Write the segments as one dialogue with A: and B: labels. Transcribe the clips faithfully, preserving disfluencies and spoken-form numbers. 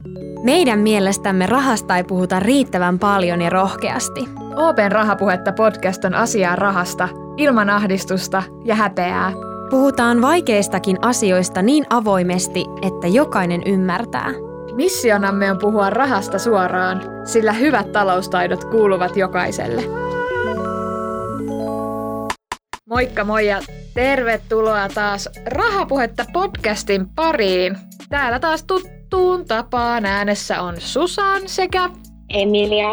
A: Meidän mielestämme rahasta ei puhuta riittävän paljon ja rohkeasti.
B: Open Rahapuhetta podcast on asiaa rahasta, ilman ahdistusta ja häpeää.
A: Puhutaan vaikeistakin asioista niin avoimesti, että jokainen ymmärtää.
B: Missionamme on puhua rahasta suoraan, sillä hyvät taloustaidot kuuluvat jokaiselle. Moikka moi ja tervetuloa taas Rahapuhetta podcastin pariin. Täällä taas tuttuun tapaan äänessä on Susan sekä
C: Emilia.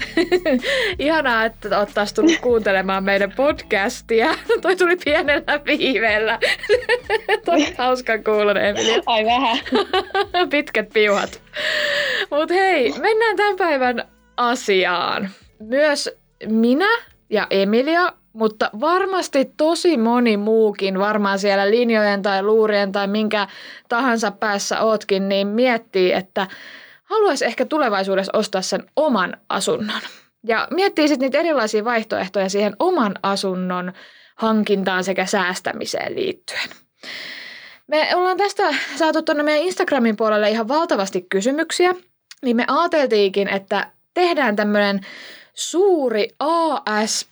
B: Ihanaa, että oot taas tullut kuuntelemaan meidän podcastia. Toi tuli pienellä viiveellä. Toi hauskan kuulonen, Emilia.
C: Ai vähän.
B: Pitkät piuhat. Mut hei, mennään tämän päivän asiaan. Myös minä ja Emilia, mutta varmasti tosi moni muukin, varmaan siellä linjojen tai luurien tai minkä tahansa päässä ootkin, niin miettii, että haluaisi ehkä tulevaisuudessa ostaa sen oman asunnon. Ja miettii sitten niitä erilaisia vaihtoehtoja siihen oman asunnon hankintaan sekä säästämiseen liittyen. Me ollaan tästä saatu tuonne meidän Instagramin puolelle ihan valtavasti kysymyksiä, niin me ajateltiinkin, että tehdään tämmöinen suuri A S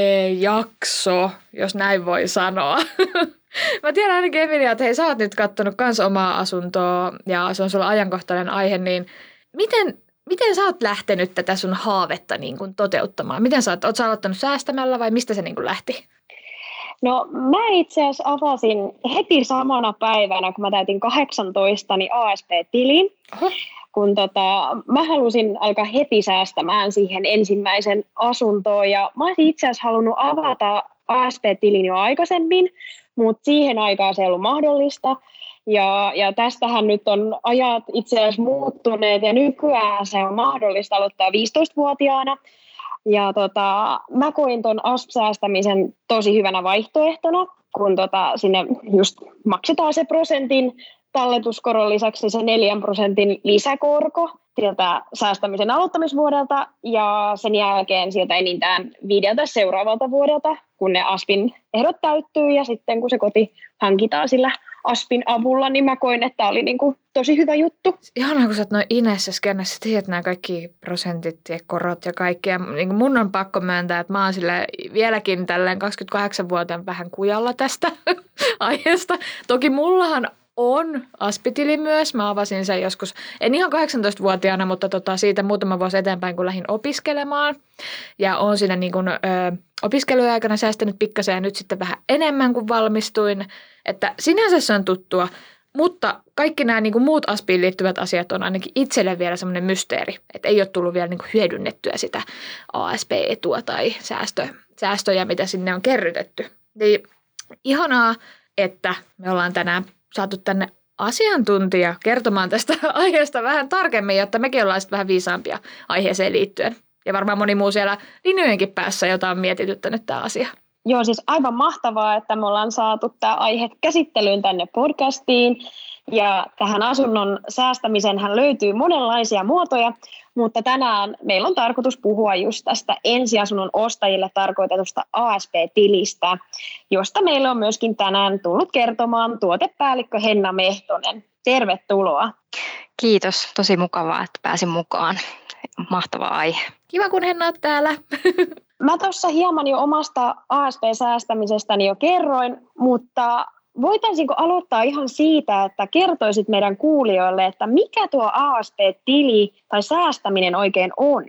B: P-jakso, jos näin voi sanoa. Mä tiedän ainakin, Emilia, että hei, sä oot nyt kattonut kans omaa asuntoa ja se on sulla ajankohtainen aihe, niin miten, miten sä oot lähtenyt tätä sun haavetta niin kun toteuttamaan? Miten sä oot, oot sä aloittanut säästämällä vai mistä se niin kun lähti?
C: No mä itse asiassa avasin heti samana päivänä, kun mä täytin kahdeksantoista, niin A S P-tilin. Oho. Kun tota, mä halusin alkaa heti säästämään siihen ensimmäisen asuntoon ja mä olisin itse asiassa halunnut avata A S P-tilin jo aikaisemmin, mutta siihen aikaan se ei ollut mahdollista. Ja, ja tästähän nyt on ajat itse asiassa muuttuneet ja nykyään se on mahdollista aloittaa viisitoistavuotiaana. Ja tota, mä koin ton A S P-säästämisen tosi hyvänä vaihtoehtona, kun tota, sinne just maksetaan se prosentin talletuskoron lisäksi se neljän prosentin lisäkorko sieltä säästämisen aloittamisvuodelta ja sen jälkeen sieltä enintään viideltä seuraavalta vuodelta, kun ne A S Pin ehdot täyttyy ja sitten kun se koti hankitaan sillä A S Pin avulla, niin mä koin, että tämä oli niinku tosi hyvä juttu.
B: Ihanaa, kun sä oot noin Inessä skennessä, tiedät nämä kaikki prosentit ja korot ja kaikki. Ja niin mun on pakko myöntää, että mä oon sille vieläkin tälleen kaksikymmentäkahdeksanvuotiaan vähän kujalla tästä aiheesta. Toki mullahan on A S P-tili myös. Mä avasin sen joskus, en ihan kahdeksantoistavuotiaana, mutta tota, siitä muutama vuosi eteenpäin, kun lähdin opiskelemaan. Ja oon siinä niin kun, ö, opiskelujen aikana säästänyt pikkasen ja nyt sitten vähän enemmän kuin valmistuin. Että sinänsä se on tuttua, mutta kaikki nämä niin kun muut A S Piin liittyvät asiat on ainakin itselle vielä semmoinen mysteeri. Että ei ole tullut vielä niin kun hyödynnettyä sitä A S P-etua tai säästö, säästöjä, mitä sinne on kerrytetty. Niin ihanaa, että me ollaan tänään saatu tänne asiantuntija kertomaan tästä aiheesta vähän tarkemmin, jotta mekin ollaan sitten vähän viisaampia aiheeseen liittyen. Ja varmaan moni muu siellä linjojenkin päässä, jota on mietityttänyt tämä asia.
C: Joo, siis aivan mahtavaa, että me ollaan saatu tämä aihe käsittelyyn tänne podcastiin. Ja tähän asunnon säästämiseenhän löytyy monenlaisia muotoja, mutta tänään meillä on tarkoitus puhua just tästä ensiasunnon ostajille tarkoitetusta A S P-tilistä, josta meillä on myöskin tänään tullut kertomaan tuotepäällikkö Henna Mehtonen. Tervetuloa.
D: Kiitos, tosi mukavaa, että pääsin mukaan. Mahtava aihe.
B: Kiva, kun Henna oot täällä.
C: Mä tuossa hieman jo omasta A S P-säästämisestäni jo kerroin, mutta voitaisiinko aloittaa ihan siitä, että kertoisit meidän kuulijoille, että mikä tuo A S P-tili tai säästäminen oikein on?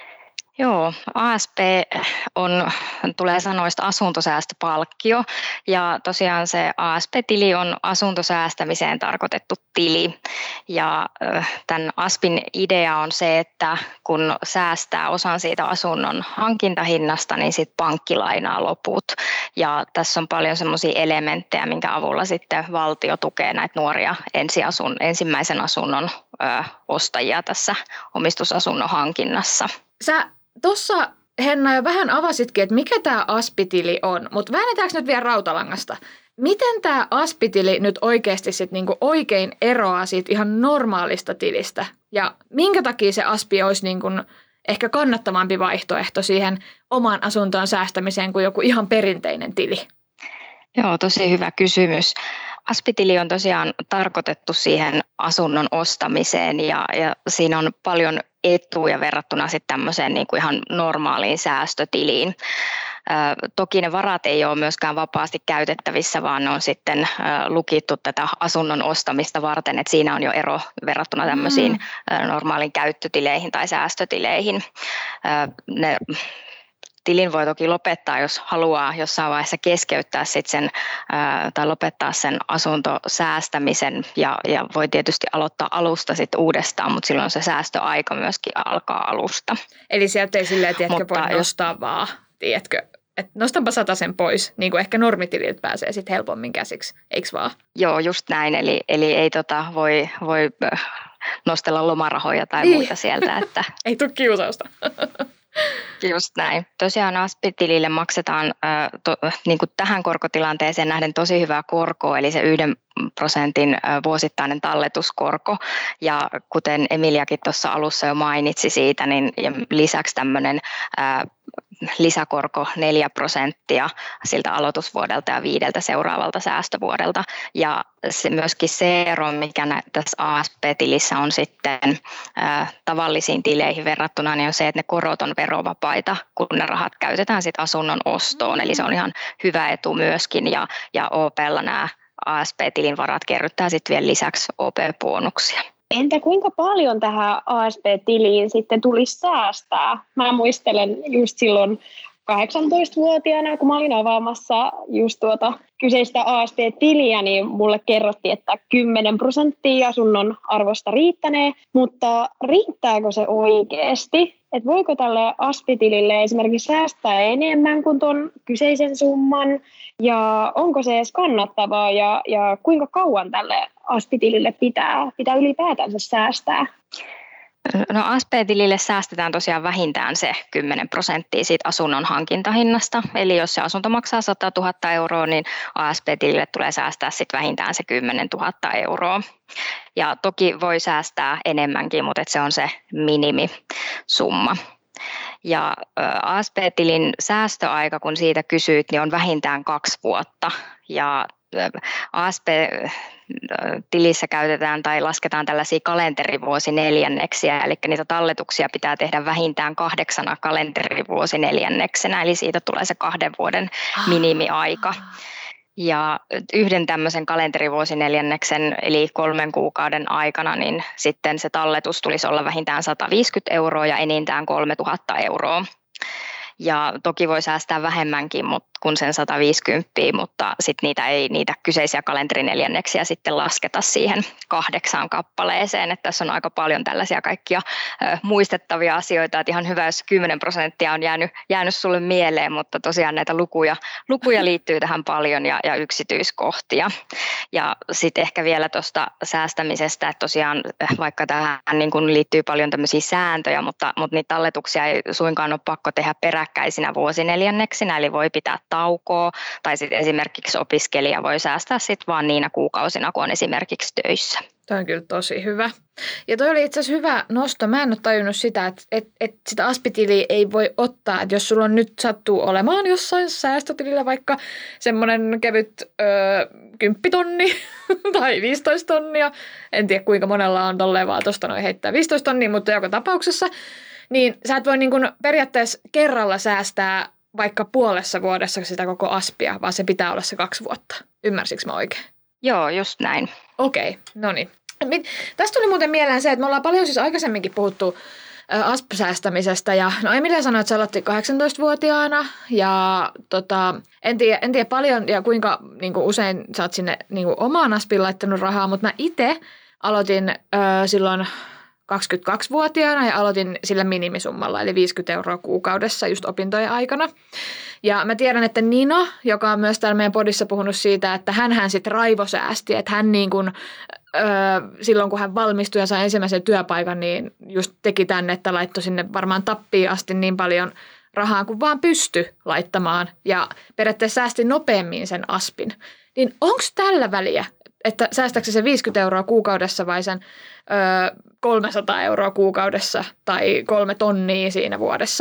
D: Joo, A S P on, tulee sanoista asuntosäästöpalkkio ja tosiaan se A S P-tili on asuntosäästämiseen tarkoitettu tili ja tämän A S Pin idea on se, että kun säästää osan siitä asunnon hankintahinnasta, niin sitten pankki lainaa loput ja tässä on paljon semmoisia elementtejä, minkä avulla sitten valtio tukee näitä nuoria ensiasun, ensimmäisen asunnon ö, ostajia tässä omistusasunnon hankinnassa.
B: Sä Tuossa, Henna, jo vähän avasitkin, että mikä tämä A S P-tili on, mutta väännetäänkö nyt vielä rautalangasta? Miten tämä A S P-tili nyt oikeasti sit niinku oikein eroaa siitä ihan normaalista tilistä? Ja minkä takia se A S P olisi niinku ehkä kannattavampi vaihtoehto siihen omaan asuntoon säästämiseen kuin joku ihan perinteinen tili?
D: Joo, tosi hyvä kysymys. Asp-tili on tosiaan tarkoitettu siihen asunnon ostamiseen ja, ja siinä on paljon etuja verrattuna sitten tämmöiseen niin kuin ihan normaaliin säästötiliin. Ö, toki ne varat ei ole myöskään vapaasti käytettävissä, vaan ne on sitten ö, lukittu tätä asunnon ostamista varten, että siinä on jo ero verrattuna tämmöisiin mm. ö, normaaliin käyttötileihin tai säästötileihin. Ö, ne Tilin voi toki lopettaa, jos haluaa jossain vaiheessa keskeyttää sit sen, ää, tai lopettaa sen asuntosäästämisen ja, ja voi tietysti aloittaa alusta sit uudestaan, mutta silloin se säästöaika myöskin alkaa alusta.
B: Eli sieltä ei silleen, tiedätkö,
D: mutta
B: voi nostaa jos... vaan, tiedätkö, että nostanpa satasen pois, niin kuin ehkä normitililtä pääsee sitten helpommin käsiksi, eikö vaan?
D: Joo, just näin, eli, eli ei tota voi, voi nostella lomarahoja tai
B: niin.
D: muita sieltä. Että...
B: ei tule kiusausta.
D: Just näin. Tosiaan Asp-tilille maksetaan äh, to, niin kuin tähän korkotilanteeseen nähden tosi hyvää korkoa, eli se yhden prosentin äh, vuosittainen talletuskorko. Ja kuten Emiliakin tuossa alussa jo mainitsi siitä, niin ja lisäksi tämmöinen äh, lisäkorko neljä prosenttia siltä aloitusvuodelta ja viideltä seuraavalta säästövuodelta. Ja se, myöskin se ero, mikä nä, tässä A S P-tilissä on sitten ää, tavallisiin tileihin verrattuna, niin on se, että ne korot on verovapaita, kun ne rahat käytetään sitten asunnon ostoon. Eli se on ihan hyvä etu myöskin ja, ja O P:llä nämä A S P-tilin varat kerryttää sitten vielä lisäksi O P-bonuksia.
C: Entä kuinka paljon tähän A S P-tiliin sitten tulisi säästää? Mä muistelen just silloin kahdeksantoistavuotiaana, kun mä olin avaamassa just tuota kyseistä A S P-tiliä, niin mulle kerrottiin, että kymmenen prosenttia asunnon arvosta riittänee, mutta riittääkö se oikeasti? Et voiko tälle Asp-tilille esimerkiksi säästää enemmän kuin tuon kyseisen summan, ja onko se edes kannattavaa, ja, ja kuinka kauan tälle Asp-tilille pitää, pitää ylipäätänsä säästää?
D: No A S P-tilille säästetään tosiaan vähintään se kymmenen prosenttia siitä asunnon hankintahinnasta. Eli jos se asunto maksaa sata tuhatta euroa, niin A S P-tilille tulee säästää sitten vähintään se kymmenen tuhatta euroa. Ja toki voi säästää enemmänkin, mutta se on se minimisumma. Ja A S P-tilin säästöaika, kun siitä kysyit, niin on vähintään kaksi vuotta. Ja A S P-tilissä käytetään tai lasketaan tällaisia kalenterivuosineljänneksiä, eli niitä talletuksia pitää tehdä vähintään kahdeksana kalenterivuosineljänneksenä, eli siitä tulee se kahden vuoden minimiaika. Ja yhden tämmöisen kalenterivuosineljänneksen, eli kolmen kuukauden aikana, niin sitten se talletus tulisi olla vähintään sata viisikymmentä euroa ja enintään kolmetuhatta euroa. Ja toki voi säästää vähemmänkin kuin sen sata viisikymmentä, mutta sitten niitä ei niitä kyseisiä kalenterineljänneksiä sitten lasketa siihen kahdeksaan kappaleeseen. Että tässä on aika paljon tällaisia kaikkia ö, muistettavia asioita, että ihan hyvä, jos kymmenen prosenttia on jäänyt, jäänyt sulle mieleen, mutta tosiaan näitä lukuja, lukuja liittyy tähän paljon ja, ja yksityiskohtia. Ja sitten ehkä vielä tuosta säästämisestä, että tosiaan vaikka tähän niin kun liittyy paljon tämmöisiä sääntöjä, mutta, mutta niitä talletuksia ei suinkaan ole pakko tehdä peräkkäisinä vuosineljänneksinä, eli voi pitää taukoa, tai sitten esimerkiksi opiskelija voi säästää sitten vaan niinä kuukausina, kun on esimerkiksi töissä.
B: Tämä on kyllä tosi hyvä. Ja toi oli itse asiassa hyvä nosto. Mä en ole tajunnut sitä, että, että, että sitä Asp-tiliä ei voi ottaa, että jos sulla on nyt sattuu olemaan jossain säästötilillä vaikka semmoinen kevyt öö, kymppitonni tai viisitoista tonnia, en tiedä kuinka monella on tolleen vaan tuosta noin heittää viisitoista tonnia, mutta joka tapauksessa, niin sä et voi niin kuin periaatteessa kerralla säästää vaikka puolessa vuodessa sitä koko aspia, vaan se pitää olla se kaksi vuotta. Ymmärsikö mä oikein?
D: Joo, just näin.
B: Okei, okay, no niin. Tästä tuli muuten mieleen se, että me ollaan paljon siis aikaisemminkin puhuttu A S P-säästämisestä. Ja no Emilia sanoi, että sä aloitti kahdeksantoistavuotiaana ja tota, en, tiedä, en tiedä paljon ja kuinka niin kuin usein sä oot sinne niin kuin omaan aspiin laittanut rahaa, mutta mä itse aloitin ö, silloin kaksikymmentäkaksivuotiaana ja aloitin sillä minimisummalla, eli viisikymmentä euroa kuukaudessa just opintojen aikana. Ja mä tiedän, että Nino, joka on myös täällä meidän podissa puhunut siitä, että hänhän sitten raivosäästi, että hän niin kuin, ö, silloin kun hän valmistui ja sai ensimmäisen työpaikan, niin just teki tänne, että laittoi sinne varmaan tappiin asti niin paljon rahaa kuin vaan pysty laittamaan ja periaatteessa säästi nopeammin sen aspin. Niin onko tällä väliä, että säästääkö se viisikymmentä euroa kuukaudessa vai sen ö, kolmesataa euroa kuukaudessa tai kolme tonnia siinä vuodessa?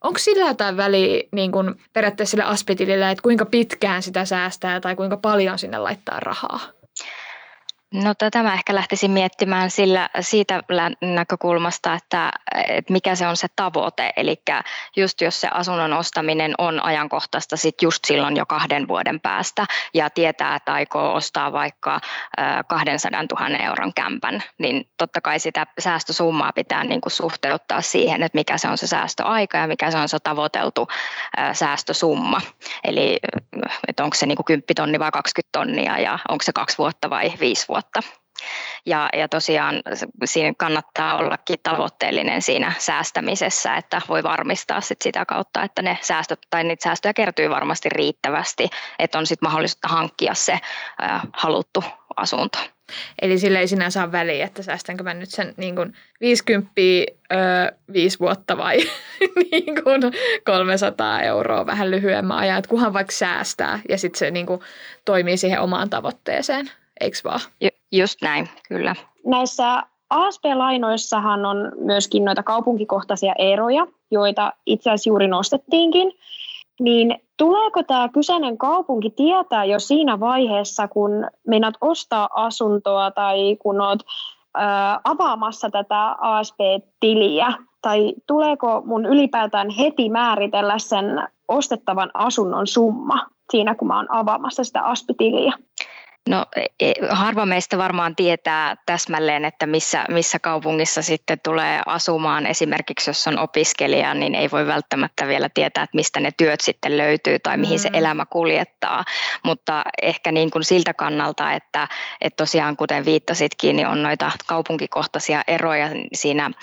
B: Onko sillä jotain väliä niin kun periaatteessa sillä A S P-tilillä, että kuinka pitkään sitä säästää tai kuinka paljon sinne laittaa rahaa?
D: No tätä mä ehkä lähtisin miettimään sillä, siitä näkökulmasta, että, että mikä se on se tavoite. Eli just jos se asunnon ostaminen on ajankohtaista sit just silloin jo kahden vuoden päästä ja tietää, että aikoo ostaa vaikka kaksisataa euron kämpän, niin totta kai sitä säästösummaa pitää niin kuin suhteuttaa siihen, että mikä se on se säästöaika ja mikä se on se tavoiteltu säästösumma. Eli että onko se niin kuin kymmenen tonni vai kaksikymmentä tonnia ja onko se kaksi vuotta vai viisi vuotta. Ja, ja tosiaan siinä kannattaa ollakin tavoitteellinen siinä säästämisessä, että voi varmistaa sit sitä kautta, että ne säästöt tai niitä säästöjä kertyy varmasti riittävästi, että on sitten mahdollisuutta hankkia se äh, haluttu asunto.
B: Eli sillä ei sinänsä ole väliä, että säästänkö mä nyt sen niin kuin viisikymmentä öö, viisi vuotta vai niin kuin kolmesataa euroa vähän lyhyemmän ajan, että kunhan vaikka säästää ja sitten se niin kuin toimii siihen omaan tavoitteeseen. Eikö vaan?
D: Just näin, kyllä.
C: Näissä A S P-lainoissahan on myöskin noita kaupunkikohtaisia eroja, joita itse asiassa juuri nostettiinkin. Niin tuleeko tämä kyseinen kaupunki tietää jo siinä vaiheessa, kun meinaat ostaa asuntoa tai kun olet ää, avaamassa tätä A S P-tiliä? Tai tuleeko mun ylipäätään heti määritellä sen ostettavan asunnon summa siinä, kun mä oon avaamassa sitä A S P-tiliä?
D: No harva meistä varmaan tietää täsmälleen, että missä, missä kaupungissa sitten tulee asumaan. Esimerkiksi jos on opiskelija, niin ei voi välttämättä vielä tietää, että mistä ne työt sitten löytyy tai mihin mm. se elämä kuljettaa. Mutta ehkä niin kuin siltä kannalta, että, että tosiaan kuten viittasitkin, niin on noita kaupunkikohtaisia eroja siinä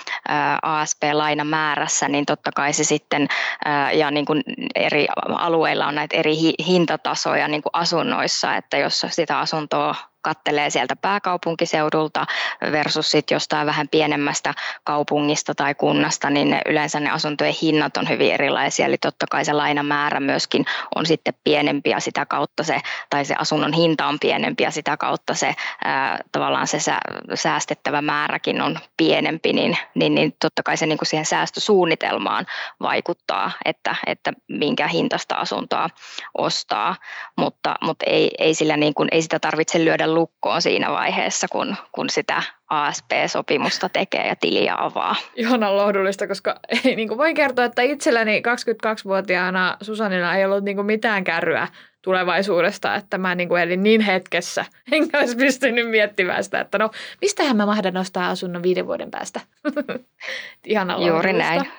D: A S P-lainamäärässä, niin totta kai se sitten, ja niin kuin eri alueilla on näitä eri hintatasoja niin kuin asunnoissa, että jos sitä asuntoa kattelee sieltä pääkaupunkiseudulta versus sitten jostain vähän pienemmästä kaupungista tai kunnasta, niin ne, yleensä ne asuntojen hinnat on hyvin erilaisia, eli totta kai se lainamäärä myöskin on sitten pienempi ja sitä kautta se, tai se asunnon hinta on pienempi ja sitä kautta se ää, tavallaan se sä, säästettävä määräkin on pienempi, niin, niin, niin totta kai se niin kuin siihen säästösuunnitelmaan vaikuttaa, että, että minkä hintaista asuntoa ostaa, mutta, mutta ei, ei, sillä niin kuin, ei sitä tarvitse lyödä lukkoon siinä vaiheessa, kun, kun sitä A S P-sopimusta tekee ja tiliä avaa.
B: Ihanan lohdullista, koska ei, niin kuin voin kertoa, että itselläni kaksikymmentäkaksivuotiaana Susanilla ei ollut niin kuin mitään kärryä tulevaisuudesta, että mä niin kuin elin niin hetkessä, enkä olisi pystynyt miettimään sitä, että no mistähän mä mahdan nostaa asunnon viiden vuoden päästä. Ihanan lohdullista.
D: Juuri näin.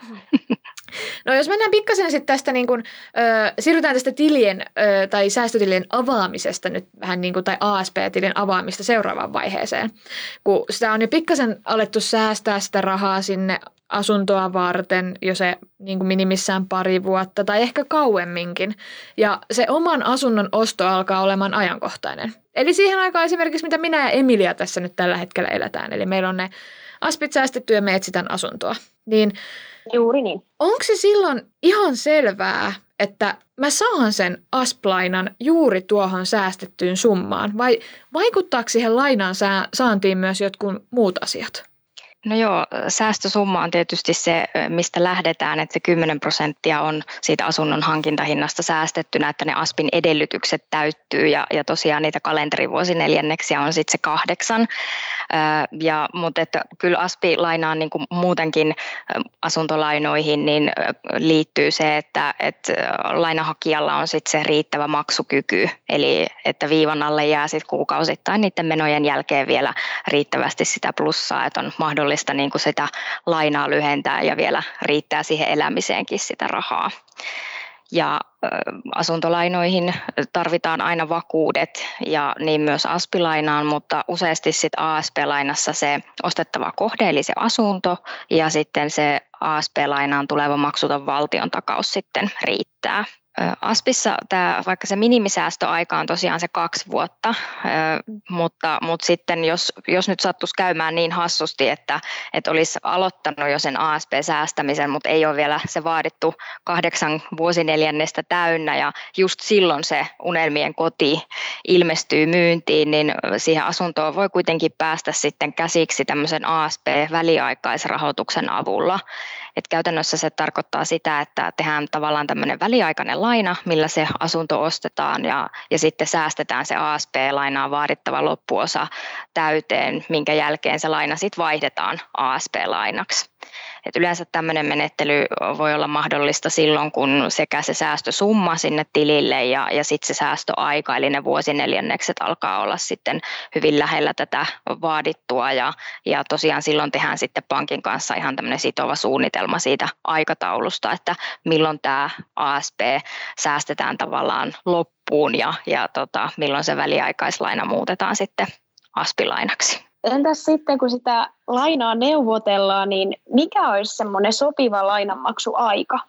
B: No jos mennään pikkasen sitten tästä, niin kun, ö, siirrytään tästä tilien ö, tai säästötilien avaamisesta nyt vähän niin kuin, tai A S P-tilien avaamista seuraavaan vaiheeseen. Kun sitä on jo pikkasen alettu säästää sitä rahaa sinne asuntoa varten jo se niin kuin minimissään pari vuotta tai ehkä kauemminkin. Ja se oman asunnon osto alkaa olemaan ajankohtainen. Eli siihen aikaan esimerkiksi, mitä minä ja Emilia tässä nyt tällä hetkellä eletään. Eli meillä on ne aspit säästetty ja me etsitään asuntoa. Niin
C: juuri niin.
B: Onko se silloin ihan selvää, että mä saan sen A S P-lainan juuri tuohon säästettyyn summaan? Vai vaikuttaako siihen lainan saantiin myös jotkut muut asiat?
D: No joo, säästösumma on tietysti se, mistä lähdetään, että se kymmenen prosenttia on siitä asunnon hankintahinnasta säästettynä, että ne A S Pin edellytykset täyttyy ja, ja tosiaan niitä kalenterivuosineljänneksiä on sitten se kahdeksan. Ja, mutta että kyllä A S P-lainaan niin kuin muutenkin asuntolainoihin niin liittyy se, että, että lainahakijalla on sitten se riittävä maksukyky, eli että viivan alle jää sitten kuukausittain niiden menojen jälkeen vielä riittävästi sitä plussaa, että on mahdollista niin kuin sitä lainaa lyhentää ja vielä riittää siihen elämiseenkin sitä rahaa. Ja asuntolainoihin tarvitaan aina vakuudet ja niin myös A S P-lainaan, mutta useasti sitten A S P-lainassa se ostettava kohde eli se asunto ja sitten se A S P-lainaan tuleva maksuton valtiontakaus sitten riittää. Aspissa tämä, vaikka se minimisäästöaika on tosiaan se kaksi vuotta, mutta, mutta sitten jos, jos nyt sattuisi käymään niin hassusti, että, että olisi aloittanut jo sen A S P-säästämisen, mutta ei ole vielä se vaadittu kahdeksan vuosineljännestä täynnä ja just silloin se unelmien koti ilmestyy myyntiin, niin siihen asuntoon voi kuitenkin päästä sitten käsiksi tämmöisen A S P-väliaikaisrahoituksen avulla. Et käytännössä se tarkoittaa sitä, että tehdään tavallaan tämmöinen väliaikainen laina, millä se asunto ostetaan ja, ja sitten säästetään se A S P-lainaan vaadittava loppuosa täyteen, minkä jälkeen se laina sitten vaihdetaan A S P-lainaksi. Et yleensä tämmöinen menettely voi olla mahdollista silloin, kun sekä se säästösumma sinne tilille ja, ja sitten se säästöaika, eli ne vuosineljännekset alkaa olla sitten hyvin lähellä tätä vaadittua ja, ja tosiaan silloin tehdään sitten pankin kanssa ihan tämmöinen sitova suunnitelma siitä aikataulusta, että milloin tämä A S P säästetään tavallaan loppuun ja, ja tota, milloin se väliaikaislaina muutetaan sitten A S P-lainaksi.
C: Entäs sitten, kun sitä lainaa neuvotellaan, niin mikä olisi semmoinen sopiva lainanmaksuaika?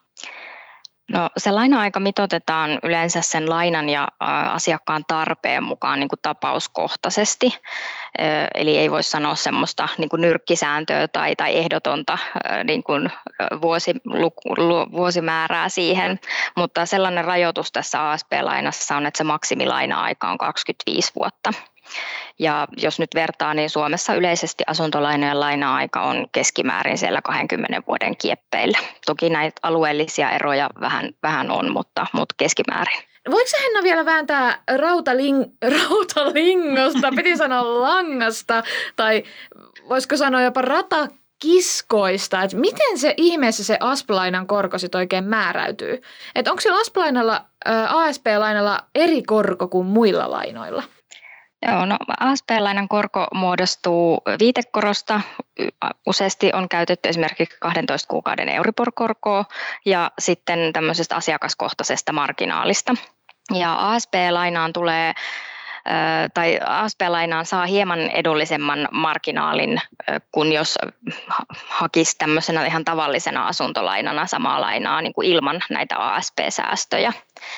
D: No, se laina-aika mitoitetaan yleensä sen lainan ja asiakkaan tarpeen mukaan niin kuin tapauskohtaisesti. Eli ei voi sanoa semmoista niin kuin nyrkkisääntöä tai, tai ehdotonta niin kuin vuosi, luku, vuosimäärää siihen, mutta sellainen rajoitus tässä A S P-lainassa on, että se maksimilaina-aika on kaksikymmentäviisi vuotta. Ja jos nyt vertaa, niin Suomessa yleisesti asuntolainojen laina-aika on keskimäärin siellä kahdenkymmenen vuoden kieppeillä. Toki näitä alueellisia eroja vähän, vähän on, mutta, mutta keskimäärin.
B: Voiko sä, Henna, vielä vääntää rautaling, rautalingosta, piti sanoa langasta, tai voisiko sanoa jopa ratakiskoista, että miten se ihmeessä se A S P-lainan korko sit oikein määräytyy? Että onko sillä A S P-lainalla, A S P-lainalla eri korko kuin muilla lainoilla?
D: Joo, no A S P-lainan korko muodostuu viitekorosta. Useasti on käytetty esimerkiksi kahdentoista kuukauden Euribor-korkoa ja sitten tämmöisestä asiakaskohtaisesta marginaalista. Ja A S P-lainaan tulee tai A S P-lainaan saa hieman edullisemman marginaalin kuin jos hakisi tämmöisenä ihan tavallisena asuntolainana samaa lainaa niin kuin ilman näitä A S P-säästöjä.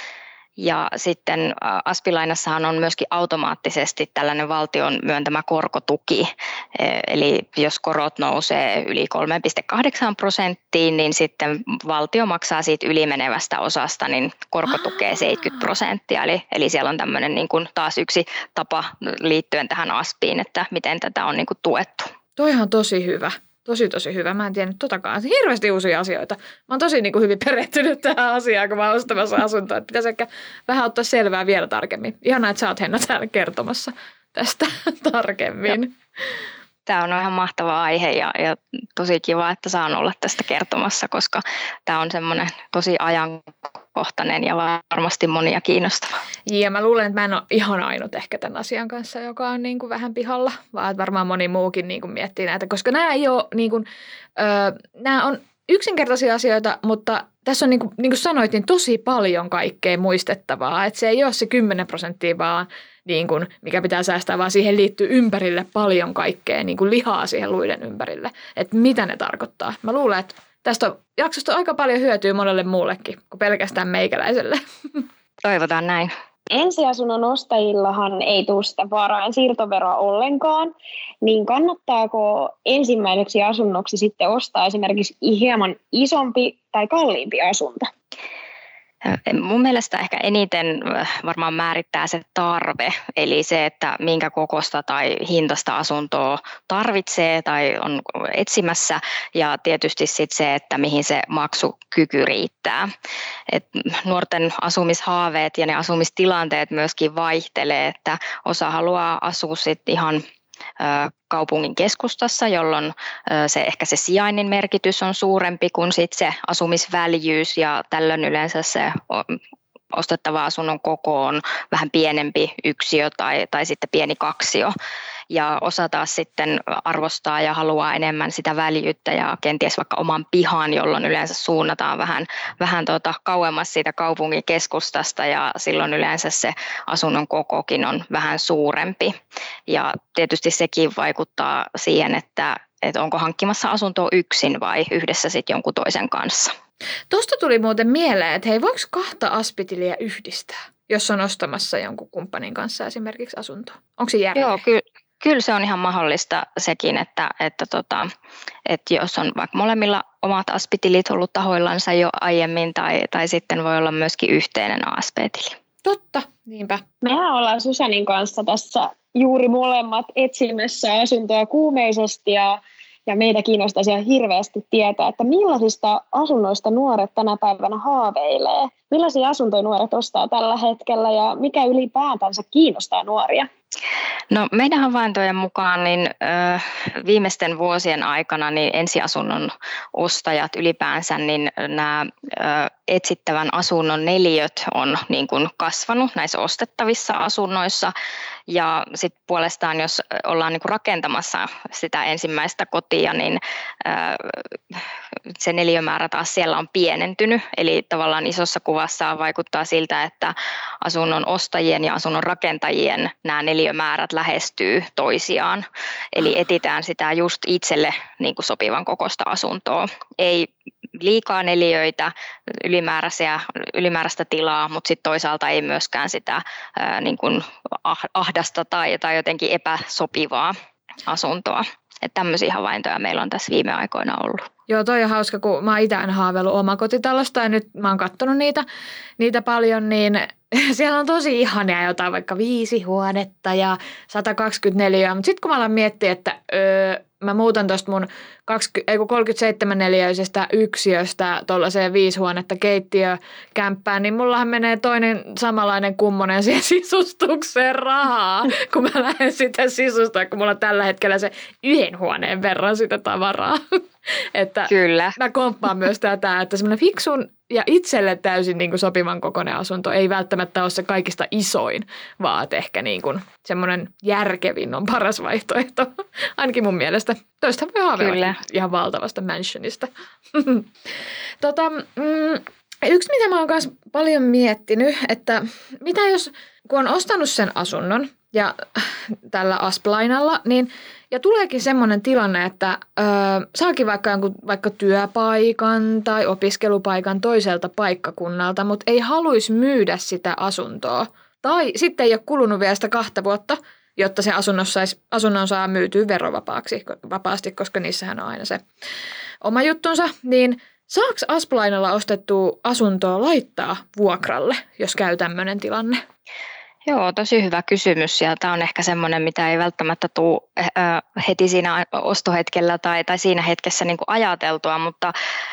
D: Ja sitten A S P-lainassahan on myöskin automaattisesti tällainen valtion myöntämä korkotuki. Eli jos korot nousee yli kolme pilkku kahdeksan prosenttiin, niin sitten valtio maksaa siitä ylimenevästä osasta niin korkotukea seitsemänkymmentä prosenttia. Eli, eli siellä on tämmöinen niin kuin taas yksi tapa liittyen tähän A S Piin, että miten tätä on niin kuin tuettu.
B: Toihan on tosi hyvä. Tosi, tosi hyvä. Mä en tiennyt totakaan. Hirveästi uusia asioita. Mä oon tosi niin kuin hyvin perehtynyt tähän asiaan, kun mä oon ostamassa asuntoa. Että pitäisi ehkä vähän ottaa selvää vielä tarkemmin. Ihanaa, että sä oot, Henna, täällä kertomassa tästä tarkemmin.
D: Tämä on ihan mahtava aihe ja, ja tosi kiva, että saan olla tästä kertomassa, koska tämä on semmoinen tosi ajankohtainen ja varmasti monia kiinnostava.
B: Ja mä luulen, että mä en ole ihan ainut ehkä tämän asian kanssa, joka on niin kuin vähän pihalla, vaan varmaan moni muukin niin kuin miettii näitä, koska nämä ei ole, niin kuin, öö, nämä on yksinkertaisia asioita, mutta tässä on niin kuin, niin kuin sanoit, niin tosi paljon kaikkea muistettavaa, että se ei ole se kymmenen prosenttia vaan, niin kuin, mikä pitää säästää, vaan siihen liittyy ympärille paljon kaikkea, niin kuin lihaa siihen luiden ympärille, että mitä ne tarkoittaa. Mä luulen, että tästä jaksosta aika paljon hyötyy monelle muullekin kuin pelkästään meikäläiselle.
D: Toivotaan näin.
C: Ensiasunnon ostajillahan ei tule sitä varainsiirtoveroa ollenkaan, niin kannattaako ensimmäiseksi asunnoksi sitten ostaa esimerkiksi hieman isompi tai kalliimpi asunto?
D: Mun mielestä ehkä eniten varmaan määrittää se tarve, eli se, että minkä kokosta tai hintasta asuntoa tarvitsee tai on etsimässä, ja tietysti sitten se, että mihin se maksukyky riittää. Et nuorten asumishaaveet ja ne asumistilanteet myöskin vaihtelee, että osa haluaa asua sitten ihan kaupungin keskustassa, jolloin se, ehkä se sijainnin merkitys on suurempi kuin sit se asumisväljyys, ja tällöin yleensä se ostettava asunnon koko on vähän pienempi yksiö tai, tai sitten pieni kaksio. Ja osa taas sitten arvostaa ja haluaa enemmän sitä väljyyttä ja kenties vaikka oman pihan, jolloin yleensä suunnataan vähän, vähän tuota kauemmas siitä kaupungin keskustasta, ja silloin yleensä se asunnon kokokin on vähän suurempi. Ja tietysti sekin vaikuttaa siihen, että, että onko hankkimassa asuntoa yksin vai yhdessä sitten jonkun toisen kanssa.
B: Tuosta tuli muuten mieleen, että hei, voiko kahta A S P-tiliä yhdistää, jos on ostamassa jonkun kumppanin kanssa esimerkiksi asuntoa? Onko se järkeä?
D: Joo, kyllä. Kyllä se on ihan mahdollista sekin, että, että, tota, että jos on vaikka molemmilla omat A S P-tilit ollut tahoillansa jo aiemmin, tai, tai sitten voi olla myöskin yhteinen A S P-tili.
B: Totta, niinpä.
C: Mehän ollaan Susanin kanssa tässä juuri molemmat etsimässä asuntoa kuumeisesti, ja Ja meitä kiinnostaisi ihan hirveästi tietää, että millaisista asunnoista nuoret tänä päivänä haaveilee. Millaisia asuntoja nuoret ostaa tällä hetkellä ja mikä ylipäätänsä kiinnostaa nuoria?
D: No, meidän havaintojen mukaan niin, ö, viimeisten vuosien aikana niin ensiasunnon ostajat ylipäänsä, niin nämä ö, etsittävän asunnon neliöt on niin kuin kasvanut näissä ostettavissa asunnoissa. Ja sitten puolestaan, jos ollaan niin kuin rakentamassa sitä ensimmäistä kotia, niin ö, se neliömäärä taas siellä on pienentynyt. Eli tavallaan isossa kuvassa vaikuttaa siltä, että asunnon ostajien ja asunnon rakentajien nämä neliömäärät lähestyy toisiaan. Eli etsitään sitä just itselle niin kuin sopivan kokoista asuntoa. Ei liikaa neliöitä, ylimääräisiä, ylimääräistä tilaa, mutta sitten toisaalta ei myöskään sitä ää, niin kuin ahdasta tai, tai jotenkin epäsopivaa asuntoa. Että tämmöisiä havaintoja meillä on tässä viime aikoina ollut.
B: Joo, toi on hauska, kun mä oon itse aina haaveillut omakotitalosta ja nyt mä oon katsonut niitä, niitä paljon, niin siellä on tosi ihania jotain vaikka viisi huonetta ja sata kaksikymmentäneljä, mutta sitten kun mä alan miettiä, että öö, mä muutan tuosta mun kaksikymmentä, ei kolmekymmentäseitsemän neliöisestä yksiöstä tuollaiseen viisi huonetta keittiökämppään, niin mullahan menee toinen samanlainen kummonen siihen sisustukseen rahaa, kun mä lähden sitä sisustaa, kun mulla on tällä hetkellä se yhden huoneen verran sitä tavaraa. Että
D: Kyllä.
B: Mä komppaan myös tätä, että semmoinen fiksun ja itselle täysin niin kuin sopivan kokoinen asunto ei välttämättä ole se kaikista isoin, vaan ehkä niin kuin semmoinen järkevin on paras vaihtoehto. Ainakin mun mielestä. Toista voi haaveilla ihan valtavasta mansionista. tota, mm, yksi, mitä mä oon myös paljon miettinyt, että mitä jos, kun on ostanut sen asunnon ja tällä Asplainalla, niin ja tuleekin semmoinen tilanne, että ö, saakin vaikka jonkun vaikka työpaikan tai opiskelupaikan toiselta paikkakunnalta, mutta ei haluaisi myydä sitä asuntoa. Tai sitten ei ole kulunut vielä sitä kahta vuotta, jotta se asunnon, sais, asunnon saa myytyä verovapaaksi, vapaasti, koska niissähän on aina se oma juttunsa. Niin saako Asplainalla ostettua asuntoa laittaa vuokralle, jos käy tämmöinen tilanne?
D: Joo, tosi hyvä kysymys ja tämä on ehkä semmoinen, mitä ei välttämättä tule äh, heti siinä ostohetkellä tai, tai siinä hetkessä niin kuin ajateltua, mutta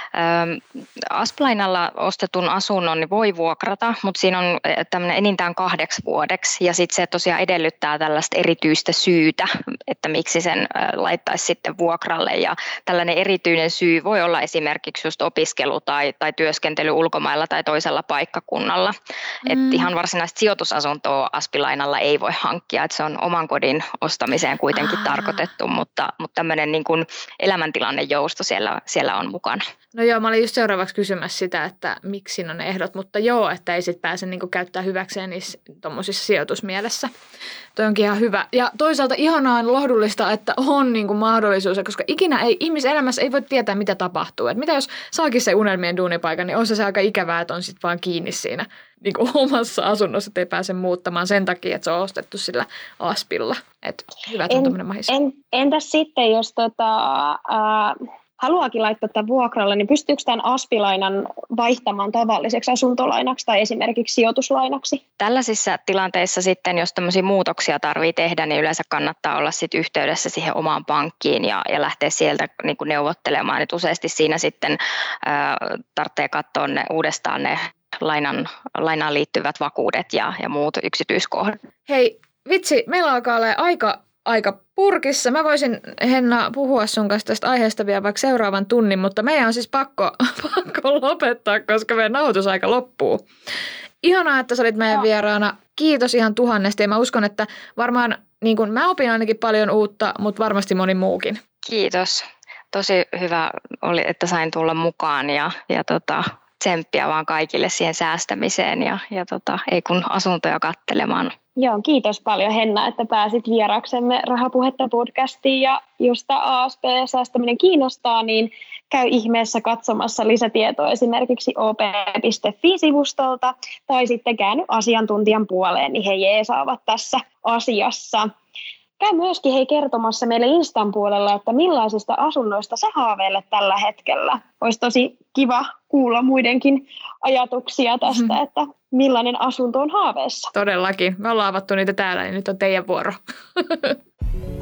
D: äh, Asplainalla ostetun asunnon niin voi vuokrata, mutta siinä on tämmöinen enintään kahdeksi vuodeksi ja sitten se tosiaan edellyttää tällaista erityistä syytä, että miksi sen äh, laittaisi sitten vuokralle ja tällainen erityinen syy voi olla esimerkiksi just opiskelu tai, tai työskentely ulkomailla tai toisella paikkakunnalla, mm. että ihan varsinaista sijoitusasuntoa Asplainalla ei voi hankkia, että se on oman kodin ostamiseen kuitenkin ah. tarkoitettu, mutta, mutta tämmöinen niin kuin elämäntilannejousto siellä, siellä on mukana.
B: No joo, mä olin just seuraavaksi kysymässä sitä, että miksi siinä on ne ehdot, mutta joo, että ei sitten pääse niin kuin käyttää hyväkseen niissä tuommoisissa sijoitusmielessä. Toi onkin ihan hyvä. Ja toisaalta ihanaa lohdullista, että on niin kuin mahdollisuus, koska ikinä ei, ihmiselämässä ei voi tietää, mitä tapahtuu. Et mitä jos saakin se unelmien duunipaikan, niin on se aika ikävää, että on sitten vaan kiinni siinä niin kuin omassa asunnossa, että ei pääse muuttamaan sen takia, että se on ostettu sillä Aspilla. Että hyvä, että on tämmöinen mahis.
C: En, entäs sitten, jos tota, äh, haluaakin laittaa tämän vuokralle, niin pystyykö tämän Aspilainan vaihtamaan tavalliseksi asuntolainaksi tai esimerkiksi sijoituslainaksi?
D: Tällaisissa tilanteissa sitten, jos tämmöisiä muutoksia tarvitsee tehdä, niin yleensä kannattaa olla sit yhteydessä siihen omaan pankkiin ja, ja lähteä sieltä niin kuin neuvottelemaan. Et useasti siinä sitten äh, tarvitsee katsoa ne, uudestaan ne lainan, lainaan liittyvät vakuudet ja, ja muut yksityiskohdat.
B: Hei, vitsi, meillä alkaa olla aika, aika purkissa. Mä voisin, Henna, puhua sun kanssa tästä aiheesta vielä vaikka seuraavan tunnin, mutta meidän on siis pakko, pakko lopettaa, koska meidän nauhoitusaika loppuu. Ihanaa, että sä olit meidän vieraana. Kiitos ihan tuhannesti ja mä uskon, että varmaan, niin kun mä opin ainakin paljon uutta, mutta varmasti moni muukin.
D: Kiitos. Tosi hyvä oli, että sain tulla mukaan ja, ja tota, tsemppiä vaan kaikille siihen säästämiseen ja, ja tota, ei kun asuntoja katselemaan.
C: Joo, kiitos paljon Henna, että pääsit vieraksemme Rahapuhetta podcastiin ja jos tämä A S P-säästäminen kiinnostaa, niin käy ihmeessä katsomassa lisätietoa esimerkiksi o p piste fi-sivustolta tai sitten käänny asiantuntijan puoleen, niin he jeesaavat tässä asiassa. Käy myöskin hei kertomassa meille Instan puolella, että millaisista asunnoista sä haaveilet tällä hetkellä. Olisi tosi kiva kuulla muidenkin ajatuksia tästä, mm-hmm. että millainen asunto on haaveessa.
B: Todellakin. Me ollaan avattu niitä täällä, niin nyt on teidän vuoro.